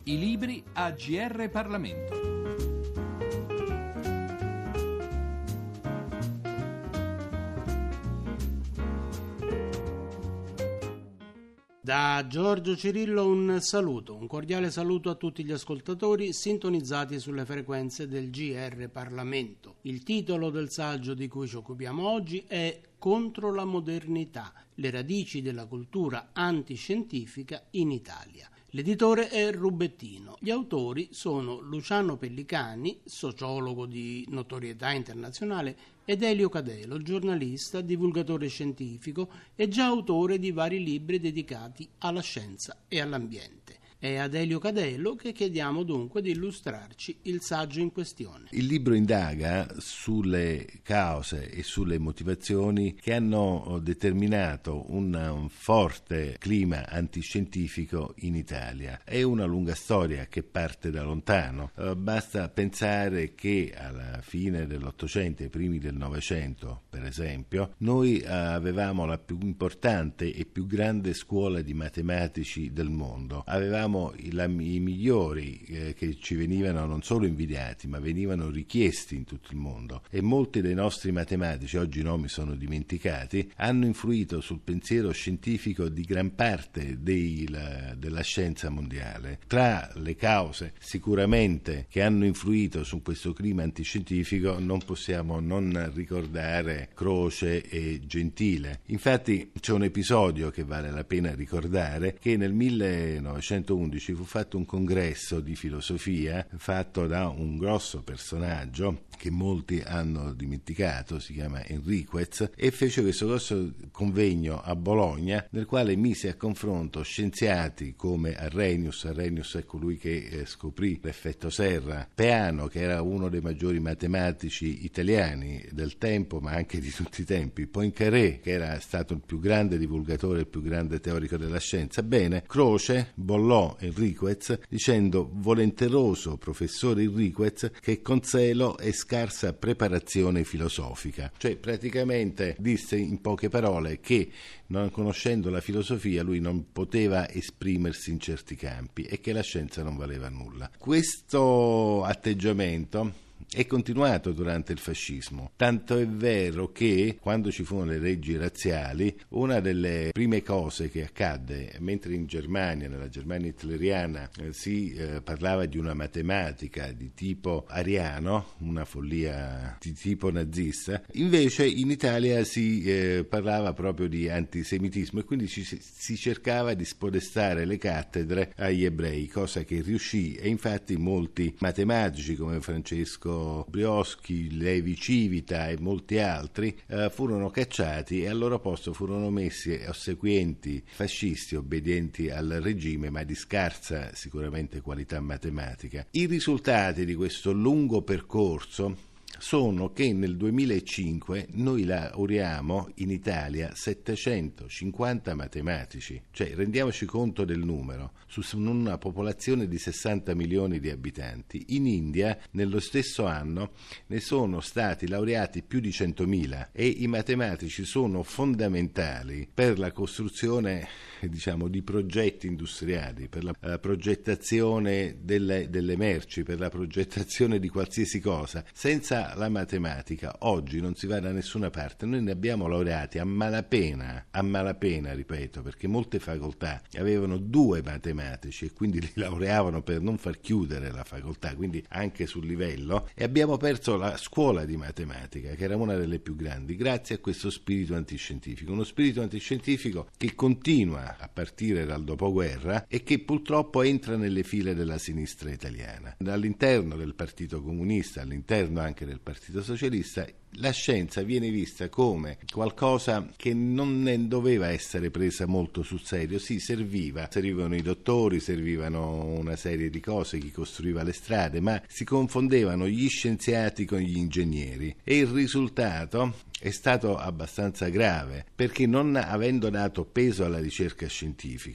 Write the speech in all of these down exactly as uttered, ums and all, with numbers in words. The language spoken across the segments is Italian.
I libri a G R Parlamento. Da Giorgio Cirillo un saluto, un cordiale saluto a tutti gli ascoltatori sintonizzati sulle frequenze del G R Parlamento. Il titolo del saggio di cui ci occupiamo oggi è Contro la modernità, le radici della cultura antiscientifica in Italia. L'editore è Rubettino. Gli autori sono Luciano Pellicani, sociologo di notorietà internazionale, ed Elio Cadelo, giornalista, divulgatore scientifico e già autore di vari libri dedicati alla scienza e all'ambiente. È ad Elio Cadelo che chiediamo dunque di illustrarci il saggio in questione. Il libro indaga sulle cause e sulle motivazioni che hanno determinato un forte clima antiscientifico in Italia. È una lunga storia che parte da lontano. Uh, basta pensare che alla fine dell'Ottocento e ai primi del Novecento, per esempio, noi uh, avevamo la più importante e più grande scuola di matematici del mondo. Avevamo I, la, i migliori eh, che ci venivano non solo invidiati ma venivano richiesti in tutto il mondo, e molti dei nostri matematici, oggi i nomi sono dimenticati, hanno influito sul pensiero scientifico di gran parte dei, la, della scienza mondiale. Tra le cause sicuramente che hanno influito su questo clima antiscientifico non possiamo non ricordare Croce e Gentile. Infatti c'è un episodio che vale la pena ricordare, che nel millenovecentoundici fu fatto un congresso di filosofia fatto da un grosso personaggio che molti hanno dimenticato, si chiama Enriquez, e fece questo grosso convegno a Bologna nel quale mise a confronto scienziati come Arrhenius. Arrhenius è colui che eh, scoprì l'effetto serra, Peano, che era uno dei maggiori matematici italiani del tempo ma anche di tutti i tempi, Poincaré, che era stato il più grande divulgatore, il più grande teorico della scienza. Bene, Croce bollò Enriquez dicendo: volenteroso professore Enriquez, che con zelo e scarsa preparazione filosofica. Cioè praticamente disse in poche parole che, non conoscendo la filosofia, lui non poteva esprimersi in certi campi e che la scienza non valeva nulla. Questo atteggiamento è continuato durante il fascismo, tanto è vero che quando ci furono le leggi razziali, una delle prime cose che accadde, mentre in Germania, nella Germania hitleriana, eh, si eh, parlava di una matematica di tipo ariano, una follia di tipo nazista, invece in Italia si eh, parlava proprio di antisemitismo, e quindi ci, si cercava di spodestare le cattedre agli ebrei, cosa che riuscì, e infatti molti matematici come Francesco Brioschi, Levi Civita e molti altri eh, furono cacciati, e al loro posto furono messi ossequienti fascisti obbedienti al regime ma di scarsa sicuramente qualità matematica. I risultati di questo lungo percorso sono che nel duemilacinque noi laureamo in Italia settecentocinquanta matematici, cioè rendiamoci conto del numero, su una popolazione di sessanta milioni di abitanti. In India nello stesso anno ne sono stati laureati più di centomila, e i matematici sono fondamentali per la costruzione, diciamo, di progetti industriali, per la uh, progettazione delle, delle merci, per la progettazione di qualsiasi cosa. Senza la matematica oggi non si va da nessuna parte. Noi ne abbiamo laureati a malapena, a malapena, ripeto, perché molte facoltà avevano due matematici e quindi li laureavano per non far chiudere la facoltà, quindi anche sul livello, e abbiamo perso la scuola di matematica, che era una delle più grandi, grazie a questo spirito antiscientifico, uno spirito antiscientifico che continua a partire dal dopoguerra e che purtroppo entra nelle file della sinistra italiana. All'interno del Partito Comunista, all'interno anche del Partito Socialista, la scienza viene vista come qualcosa che non ne doveva essere presa molto sul serio. Sì, serviva, servivano i dottori, servivano una serie di cose, chi costruiva le strade, ma si confondevano gli scienziati con gli ingegneri, e il risultato è stato abbastanza grave, perché non avendo dato peso alla ricerca scientifica,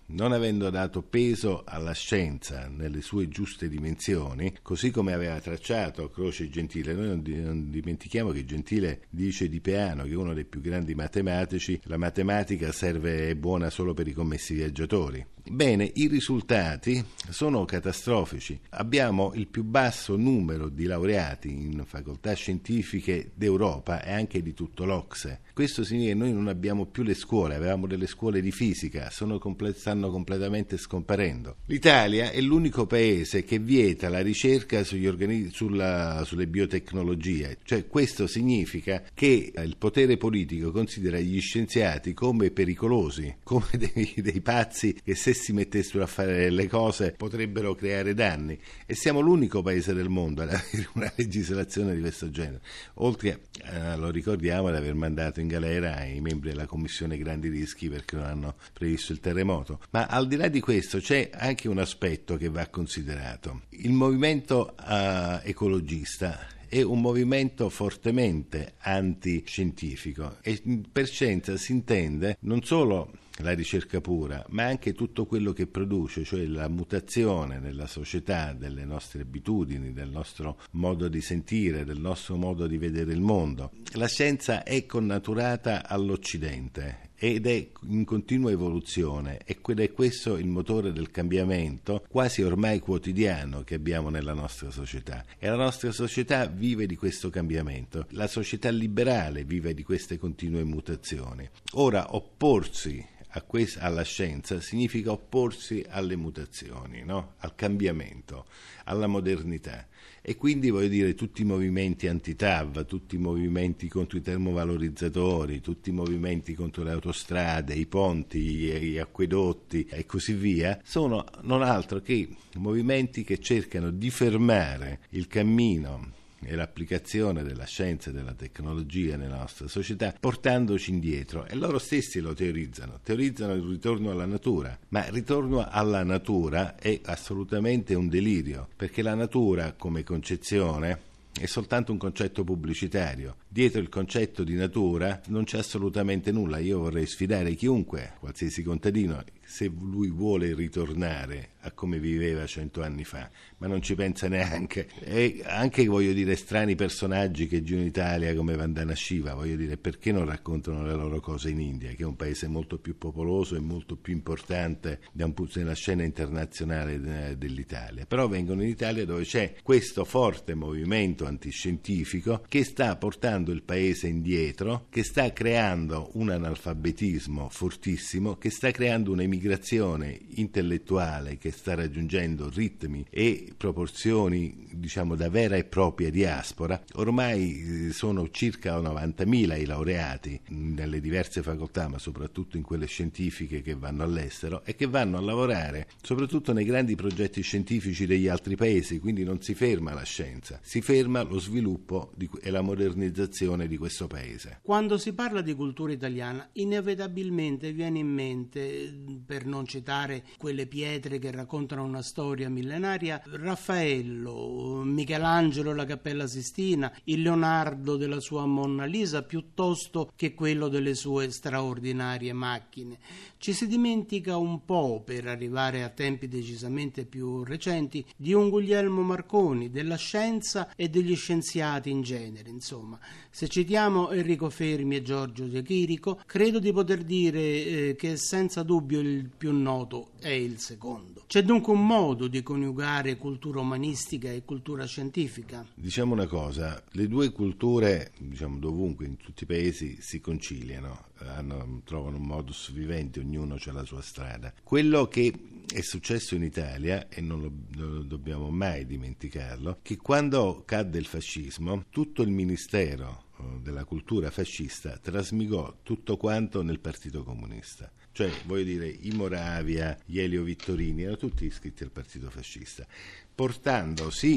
non avendo dato peso alla scienza nelle sue giuste dimensioni, così come aveva tracciato Croce Gentile. Noi non, di, non dimentichiamo che Gentile dice di Peano, che è uno dei più grandi matematici, la matematica serve, è buona solo per i commessi viaggiatori. Bene, i risultati sono catastrofici. Abbiamo il più basso numero di laureati in facoltà scientifiche d'Europa e anche di tutto l'O C S E. Questo significa che noi non abbiamo più le scuole, avevamo delle scuole di fisica, sono comple- stanno completamente scomparendo. L'Italia è l'unico paese che vieta la ricerca sugli organi- sulla, sulle biotecnologie, cioè questo significa che il potere politico considera gli scienziati come pericolosi, come dei, dei pazzi che se si mettessero a fare delle cose potrebbero creare danni, e siamo l'unico paese del mondo ad avere una legislazione di questo genere, oltre, eh, lo ricordiamo, ad aver mandato in galera i membri della commissione grandi rischi perché non hanno previsto il terremoto. Ma al di là di questo c'è anche un aspetto che va considerato. Il movimento uh, ecologista è un movimento fortemente antiscientifico, e per scienza si intende non solo la ricerca pura, ma anche tutto quello che produce, cioè la mutazione nella società delle nostre abitudini, del nostro modo di sentire, del nostro modo di vedere il mondo. La scienza è connaturata all'Occidente ed è in continua evoluzione, ed è questo il motore del cambiamento quasi ormai quotidiano che abbiamo nella nostra società, e la nostra società vive di questo cambiamento. La società liberale vive di queste continue mutazioni. Ora, opporsi a questa, alla scienza significa opporsi alle mutazioni, no? Al cambiamento, alla modernità, e quindi voglio dire tutti i movimenti anti-T A V, tutti i movimenti contro i termovalorizzatori, tutti i movimenti contro le autostrade, i ponti, gli acquedotti e così via, sono non altro che movimenti che cercano di fermare il cammino e l'applicazione della scienza e della tecnologia nella nostra società, portandoci indietro, e loro stessi lo teorizzano, teorizzano il ritorno alla natura, ma il ritorno alla natura è assolutamente un delirio, perché la natura come concezione è soltanto un concetto pubblicitario. Dietro il concetto di natura non c'è assolutamente nulla. Io vorrei sfidare chiunque, qualsiasi contadino, se lui vuole ritornare a come viveva cento anni fa, ma non ci pensa neanche. E anche, voglio dire, strani personaggi che girano in Italia come Vandana Shiva, voglio dire, perché non raccontano le loro cose in India, che è un paese molto più popoloso e molto più importante da un punto nella scena internazionale dell'Italia. Però vengono in Italia dove c'è questo forte movimento antiscientifico che sta portando il paese indietro, che sta creando un analfabetismo fortissimo, che sta creando un'emigrazione intellettuale che sta raggiungendo ritmi e proporzioni, diciamo, da vera e propria diaspora. Ormai sono circa novantamila i laureati nelle diverse facoltà, ma soprattutto in quelle scientifiche, che vanno all'estero e che vanno a lavorare soprattutto nei grandi progetti scientifici degli altri paesi. Quindi non si ferma la scienza, si ferma lo sviluppo di, e la modernizzazione di questo paese. Quando si parla di cultura italiana, inevitabilmente viene in mente, per non citare quelle pietre che raccontano una storia millenaria, Raffaello, Michelangelo, la Cappella Sistina, il Leonardo della sua Monna Lisa, piuttosto che quello delle sue straordinarie macchine. Ci si dimentica un po', per arrivare a tempi decisamente più recenti, di un Guglielmo Marconi, della scienza e degli scienziati in genere. Insomma, se citiamo Enrico Fermi e Giorgio De Chirico, credo di poter dire eh, che senza dubbio il più noto è il secondo. C'è dunque un modo di coniugare cultura umanistica e cultura scientifica? Diciamo una cosa, le due culture, diciamo dovunque, in tutti i paesi, si conciliano, hanno, trovano un modus vivendi, ognuno ha la sua strada. Quello che è successo in Italia, e non lo, non lo dobbiamo mai dimenticarlo, che quando cadde il fascismo, tutto il ministero della cultura fascista trasmigò tutto quanto nel Partito Comunista. Cioè, voglio dire, i Moravia, gli Elio Vittorini erano tutti iscritti al Partito Fascista, portando sì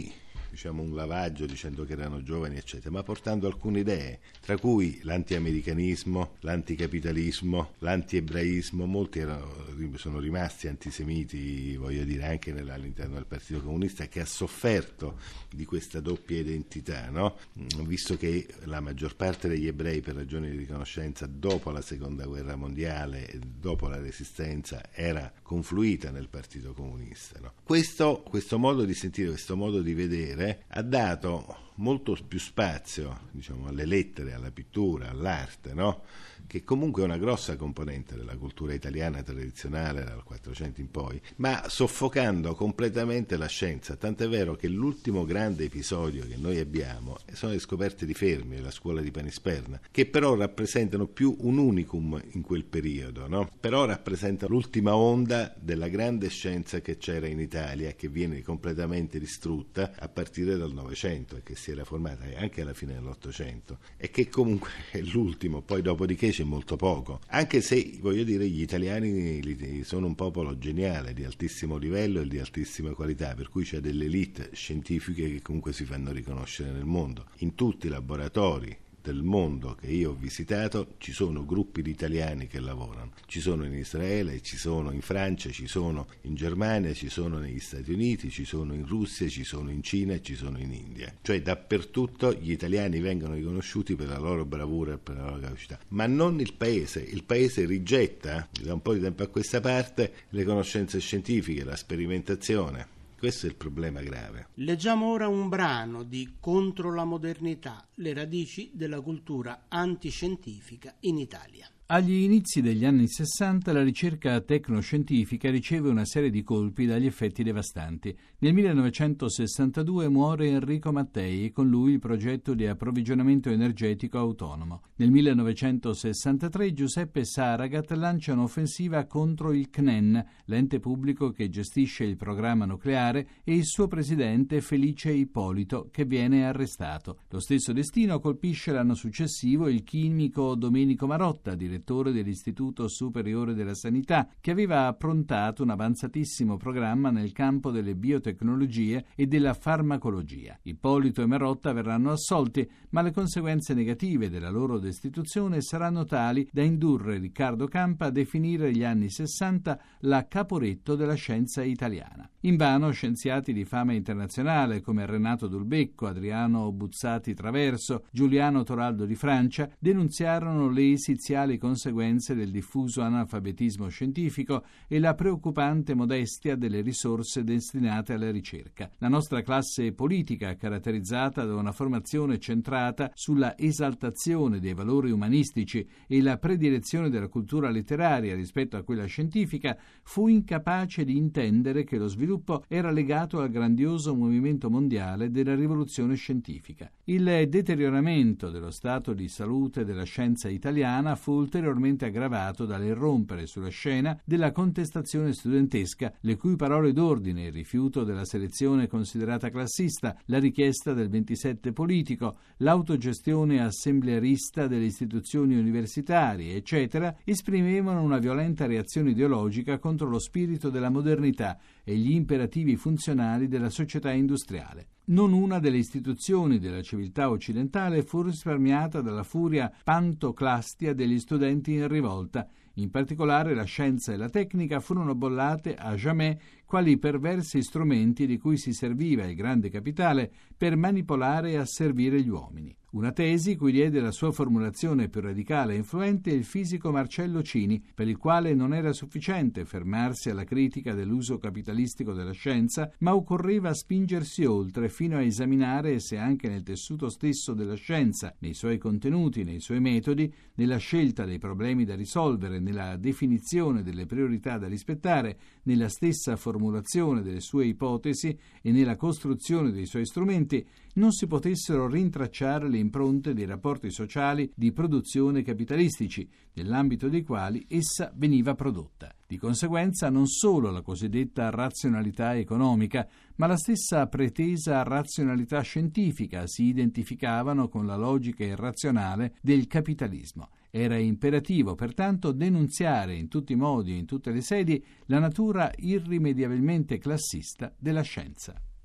diciamo un lavaggio dicendo che erano giovani eccetera, ma portando alcune idee, tra cui l'anti-americanismo, l'anticapitalismo, l'anti-ebraismo. Molti erano, sono rimasti antisemiti, voglio dire, anche all'interno del Partito Comunista, che ha sofferto di questa doppia identità, no? Visto che la maggior parte degli ebrei, per ragioni di riconoscenza dopo la seconda guerra mondiale e dopo la resistenza, era confluita nel Partito Comunista, no? Questo, questo modo di sentire, questo modo di vedere ha dato molto più spazio, diciamo, alle lettere, alla pittura, all'arte, no? Che comunque è una grossa componente della cultura italiana tradizionale dal Quattrocento in poi, ma soffocando completamente la scienza. Tant'è vero che l'ultimo grande episodio che noi abbiamo sono le scoperte di Fermi e la scuola di Panisperna, che però rappresentano più un unicum in quel periodo, no? Però rappresentano l'ultima onda della grande scienza che c'era in Italia, che viene completamente distrutta a partire dal Novecento e che si era formata anche alla fine dell'Ottocento, e che comunque è l'ultimo. Poi dopodiché c'è molto poco, anche se, voglio dire, gli italiani sono un popolo geniale, di altissimo livello e di altissima qualità, per cui c'è delle elite scientifiche che comunque si fanno riconoscere nel mondo. In tutti i laboratori del mondo che io ho visitato ci sono gruppi di italiani che lavorano, ci sono in Israele, ci sono in Francia, ci sono in Germania, ci sono negli Stati Uniti, ci sono in Russia, ci sono in Cina e ci sono in India. Cioè dappertutto gli italiani vengono riconosciuti per la loro bravura e per la loro capacità, ma non il paese. Il paese rigetta da un po' di tempo a questa parte le conoscenze scientifiche, la sperimentazione. Questo è il problema grave. Leggiamo ora un brano di Contro la modernità, le radici della cultura antiscientifica in Italia. Agli inizi degli anni sessanta la ricerca tecnoscientifica riceve una serie di colpi dagli effetti devastanti. Nel millenovecentosessantadue muore Enrico Mattei e con lui il progetto di approvvigionamento energetico autonomo. Nel millenovecentosessantatré Giuseppe Saragat lancia un'offensiva contro il C N E N, l'ente pubblico che gestisce il programma nucleare, e il suo presidente Felice Ippolito, che viene arrestato. Lo stesso destino colpisce l'anno successivo il chimico Domenico Marotta, direttore dell'Istituto Superiore della Sanità, che aveva approntato un avanzatissimo programma nel campo delle biotecnologie e della farmacologia. Ippolito e Marotta verranno assolti, ma le conseguenze negative della loro destituzione saranno tali da indurre Riccardo Campa a definire gli anni sessanta la Caporetto della scienza italiana. Invano scienziati di fama internazionale come Renato Dulbecco, Adriano Buzzati Traverso, Giuliano Toraldo di Francia denunziarono le esiziali conseguenze del diffuso analfabetismo scientifico e la preoccupante modestia delle risorse destinate alla ricerca. La nostra classe politica, caratterizzata da una formazione centrata sulla esaltazione dei valori umanistici e la predilezione della cultura letteraria rispetto a quella scientifica, fu incapace di intendere che lo sviluppo era legato al grandioso movimento mondiale della rivoluzione scientifica. Il deterioramento dello stato di salute della scienza italiana fu ulteriormente aggravato dall'irrompere sulla scena della contestazione studentesca, le cui parole d'ordine, il rifiuto della selezione considerata classista, la richiesta del ventisette politico, l'autogestione assemblearista delle istituzioni universitarie, eccetera, esprimevano una violenta reazione ideologica contro lo spirito della modernità e gli imperativi funzionali della società industriale. Non una delle istituzioni della civiltà occidentale fu risparmiata dalla furia pantoclastia degli studenti in rivolta. In particolare la scienza e la tecnica furono bollate a jamais quali perversi strumenti di cui si serviva il grande capitale per manipolare e asservire gli uomini. Una tesi cui diede la sua formulazione più radicale e influente il fisico Marcello Cini, per il quale non era sufficiente fermarsi alla critica dell'uso capitalistico della scienza, ma occorreva spingersi oltre fino a esaminare se anche nel tessuto stesso della scienza, nei suoi contenuti, nei suoi metodi, nella scelta dei problemi da risolvere, nella definizione delle priorità da rispettare, nella stessa formulazione delle sue ipotesi e nella costruzione dei suoi strumenti, non si potessero rintracciare le impronte dei rapporti sociali di produzione capitalistici, nell'ambito dei quali essa veniva prodotta. Di conseguenza non solo la cosiddetta razionalità economica, ma la stessa pretesa razionalità scientifica si identificavano con la logica irrazionale del capitalismo. Era imperativo, pertanto, denunziare in tutti i modi e in tutte le sedi la natura irrimediabilmente classista della scienza.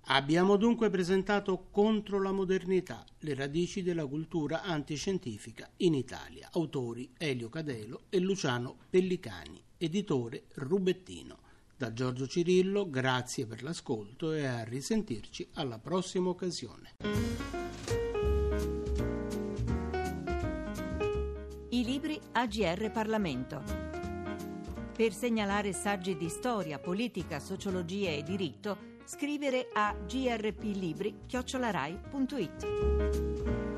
Abbiamo dunque presentato Contro la modernità, le radici della cultura antiscientifica in Italia. Autori Elio Cadelo e Luciano Pellicani, editore Rubettino. Da Giorgio Cirillo, grazie per l'ascolto e a risentirci alla prossima occasione. I libri A G R Parlamento. Per segnalare saggi di storia, politica, sociologia e diritto, scrivere a grplibri chiocciola rai punto it.